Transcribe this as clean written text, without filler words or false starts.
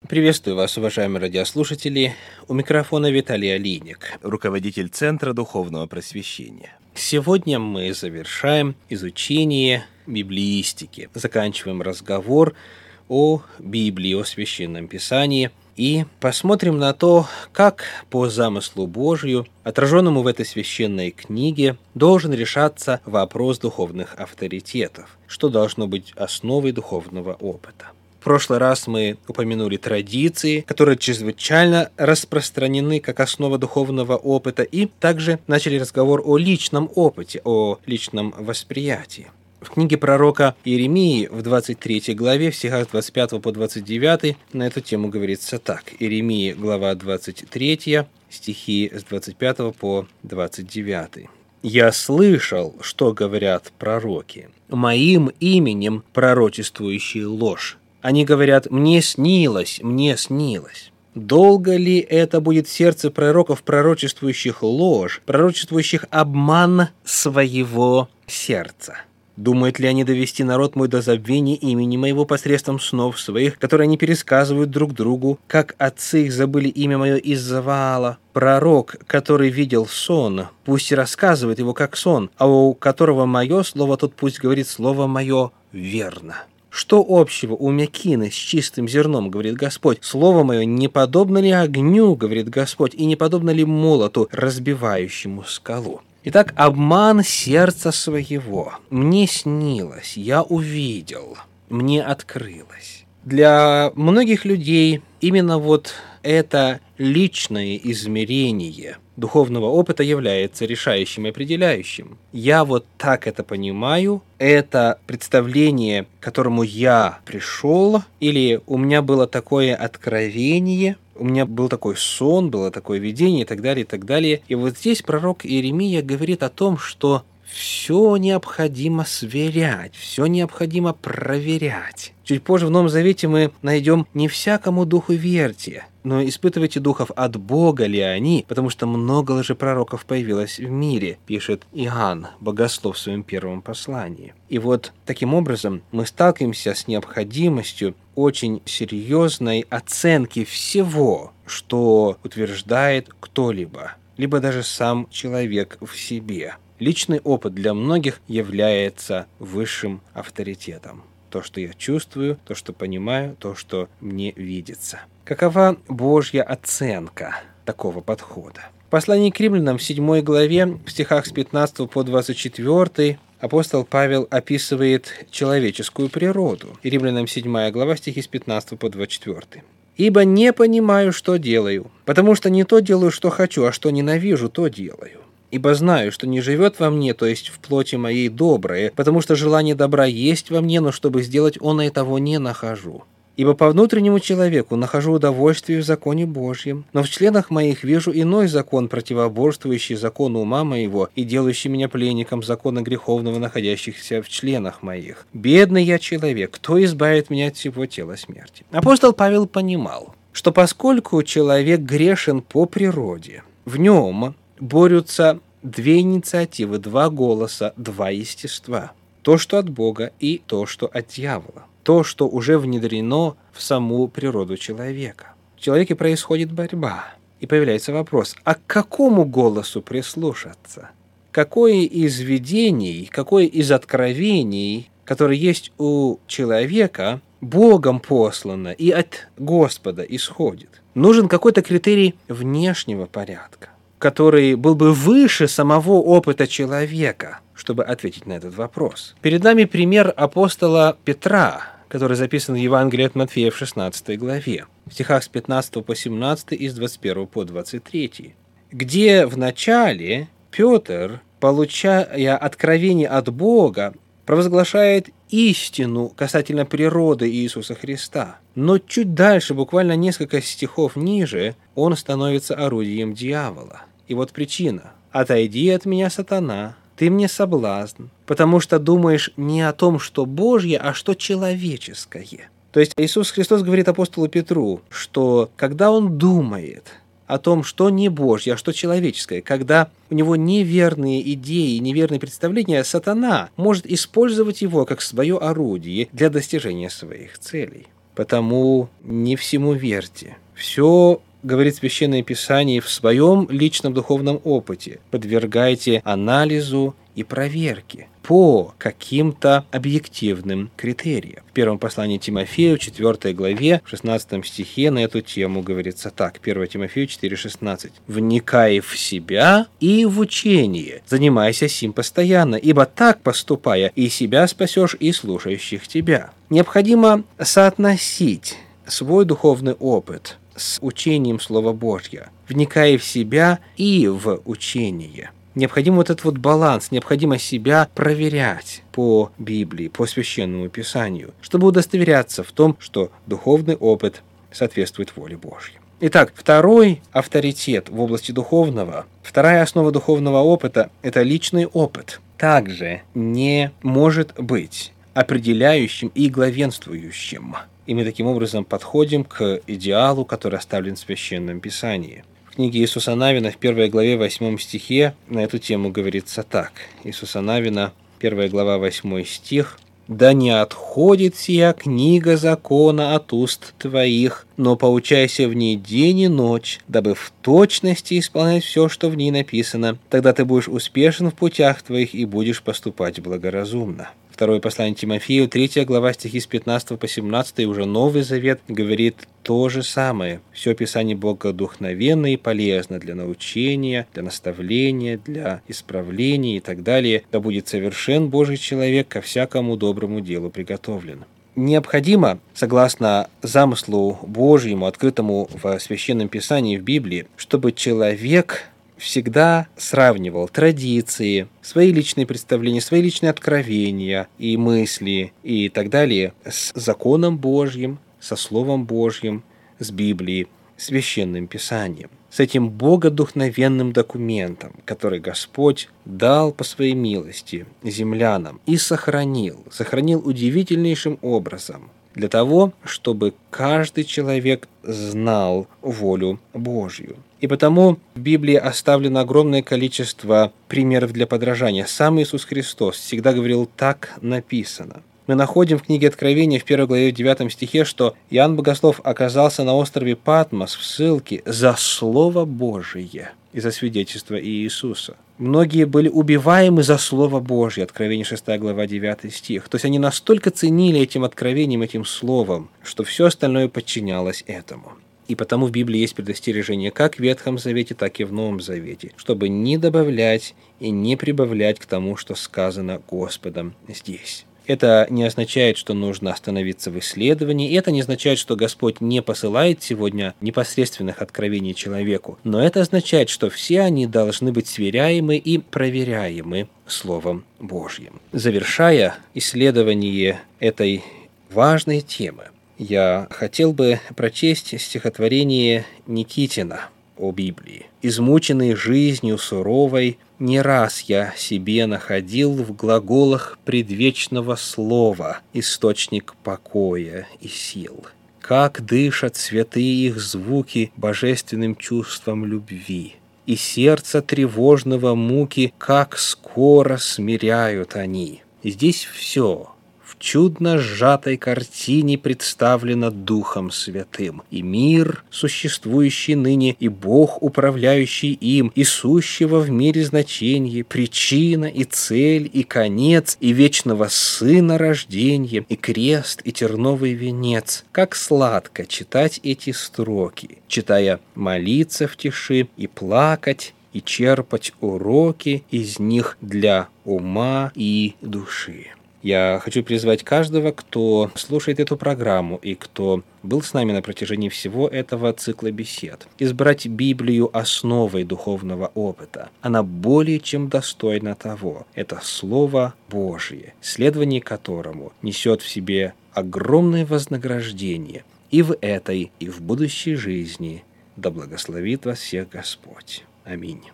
Приветствую вас, уважаемые радиослушатели. У микрофона Виталий Алиник, руководитель Центра Духовного Просвещения. Сегодня мы завершаем изучение библеистики, заканчиваем разговор о Библии, о Священном Писании и посмотрим на то, как по замыслу Божию, отраженному в этой священной книге, должен решаться вопрос духовных авторитетов, что должно быть основой духовного опыта. В прошлый раз мы упомянули традиции, которые чрезвычайно распространены как основа духовного опыта, и также начали разговор о личном опыте, о личном восприятии. В книге пророка Иеремии в 23 главе, в стихах с 25 по 29, на эту тему говорится так. Иеремии, глава 23, стихи с 25 по 29. «Я слышал, что говорят пророки, моим именем пророчествующие ложь. Они говорят: мне снилось, мне снилось. Долго ли это будет в сердце пророков, пророчествующих ложь, пророчествующих обман своего сердца? Думают ли они довести народ мой до забвения имени моего посредством снов своих, которые они пересказывают друг другу, как отцы их забыли имя мое из-за Ваала? Пророк, который видел сон, пусть и рассказывает его как сон, а у которого мое слово, тот пусть говорит слово мое верно. Что общего у мякины с чистым зерном, говорит Господь? Слово мое не подобно ли огню, говорит Господь, и не подобно ли молоту, разбивающему скалу? Итак, обман сердца своего. Мне снилось, я увидел, мне открылось. Для многих людей именно это личное измерение духовного опыта является решающим и определяющим. Я так это понимаю, это представление, к которому я пришел, или у меня было такое откровение, у меня был такой сон, было такое видение и так далее, и так далее. И здесь пророк Иеремия говорит о том, что все необходимо сверять, все необходимо проверять. Чуть позже в Новом Завете мы найдем: «Не всякому духу верьте, но испытывайте духов, от Бога ли они, потому что много лжепророков появилось в мире», пишет Иоанн, богослов в своем первом послании. И таким образом мы сталкиваемся с необходимостью очень серьезной оценки всего, что утверждает кто-либо, либо даже сам человек в себе. Личный опыт для многих является высшим авторитетом. То, что я чувствую, то, что понимаю, то, что мне видится. Какова Божья оценка такого подхода? В послании к римлянам в 7 главе, в стихах с 15 по 24, апостол Павел описывает человеческую природу. И римлянам 7 глава, стихи с 15 по 24. «Ибо не понимаю, что делаю, потому что не то делаю, что хочу, а что ненавижу, то делаю. Ибо знаю, что не живет во мне, то есть в плоти моей, доброе, потому что желание добра есть во мне, но чтобы сделать оно и того не нахожу. Ибо по внутреннему человеку нахожу удовольствие в законе Божьем, но в членах моих вижу иной закон, противоборствующий закону ума моего и делающий меня пленником закона греховного, находящихся в членах моих. Бедный я человек, кто избавит меня от всего тела смерти?» Апостол Павел понимал, что поскольку человек грешен по природе, в нем борются две инициативы, два голоса, два естества. То, что от Бога, и то, что от дьявола. То, что уже внедрено в саму природу человека. В человеке происходит борьба. И появляется вопрос: а к какому голосу прислушаться? Какое из видений, какое из откровений, которые есть у человека, Богом послано и от Господа исходит? Нужен какой-то критерий внешнего порядка, который был бы выше самого опыта человека, чтобы ответить на этот вопрос. Перед нами пример апостола Петра, который записан в Евангелии от Матфея в 16 главе, в стихах с 15 по 17 и с 21 по 23, где в начале Петр, получая откровение от Бога, провозглашает истину касательно природы Иисуса Христа. Но чуть дальше, буквально несколько стихов ниже, он становится орудием дьявола. И причина: «Отойди от меня, сатана, ты мне соблазн, потому что думаешь не о том, что Божье, а что человеческое». То есть Иисус Христос говорит апостолу Петру, что когда он думает о том, что не Божье, а что человеческое, когда у него неверные идеи, неверные представления, сатана может использовать его как свое орудие для достижения своих целей. потому не всему верьте. Все, говорит Священное Писание, в своем личном духовном опыте подвергайте анализу и проверке по каким-то объективным критериям. В первом послании Тимофею, 4 главе, в 16 стихе на эту тему говорится так. 1 Тимофею 4,16. «Вникай в себя и в учение, занимайся сим постоянно, ибо так поступая, и себя спасешь, и слушающих тебя». Необходимо соотносить свой духовный опыт с учением Слова Божьего, вникая в себя и в учение. Необходим вот этот вот баланс, необходимо себя проверять по Библии, по Священному Писанию, чтобы удостоверяться в том, что духовный опыт соответствует воле Божьей. Итак, второй авторитет в области духовного, вторая основа духовного опыта – это личный опыт. Также не может быть определяющим и главенствующим. И мы таким образом подходим к идеалу, который оставлен в Священном Писании. В книге Иисуса Навина в 1 главе 8 стихе на эту тему говорится так. Иисуса Навина, 1 глава 8 стих. «Да не отходит сия книга закона от уст твоих, но поучайся в ней день и ночь, дабы в точности исполнять все, что в ней написано. Тогда ты будешь успешен в путях твоих и будешь поступать благоразумно». Второе послание Тимофею, 3 глава, стихи с 15 по 17, уже Новый Завет говорит то же самое. Все Писание богодухновенно и полезно для научения, для наставления, для исправления и так далее. Да будет совершен Божий человек, ко всякому доброму делу приготовлен. Необходимо, согласно замыслу Божьему, открытому в Священном Писании, в Библии, чтобы человек всегда сравнивал традиции, свои личные представления, свои личные откровения и мысли и так далее с законом Божьим, со Словом Божьим, с Библией, Священным Писанием. С этим богодухновенным документом, который Господь дал по своей милости землянам и сохранил удивительнейшим образом, для того, чтобы каждый человек знал волю Божью. И потому в Библии оставлено огромное количество примеров для подражания. Сам Иисус Христос всегда говорил: «Так написано». Мы находим в книге Откровения в 1 главе 9 стихе, что Иоанн Богослов оказался на острове Патмос в ссылке за Слово Божие и за свидетельство Иисуса. Многие были убиваемы за Слово Божье, Откровение 6 глава 9 стих. То есть они настолько ценили этим откровением, этим словом, что все остальное подчинялось этому. И потому в Библии есть предостережение как в Ветхом Завете, так и в Новом Завете, чтобы не добавлять и не прибавлять к тому, что сказано Господом здесь. Это не означает, что нужно остановиться в исследовании, и это не означает, что Господь не посылает сегодня непосредственных откровений человеку, но это означает, что все они должны быть сверяемы и проверяемы Словом Божьим. Завершая исследование этой важной темы, я хотел бы прочесть стихотворение Никитина о Библии. «Измученный жизнью суровой, не раз я себе находил в глаголах предвечного слова источник покоя и сил. Как дышат святые их звуки божественным чувством любви, и сердце тревожного муки, как скоро смиряют они». И здесь все в чудно сжатой картине представлено Духом Святым. И мир, существующий ныне, и Бог, управляющий им, и сущего в мире значение, причина, и цель, и конец, и вечного Сына рождение, и крест, и терновый венец. Как сладко читать эти строки, читая, молиться в тиши и плакать, и черпать уроки из них для ума и души. Я хочу призвать каждого, кто слушает эту программу и кто был с нами на протяжении всего этого цикла бесед, избрать Библию основой духовного опыта. Она более чем достойна того. Это Слово Божие, следование которому несет в себе огромное вознаграждение и в этой, и в будущей жизни. Да благословит вас всех Господь. Аминь.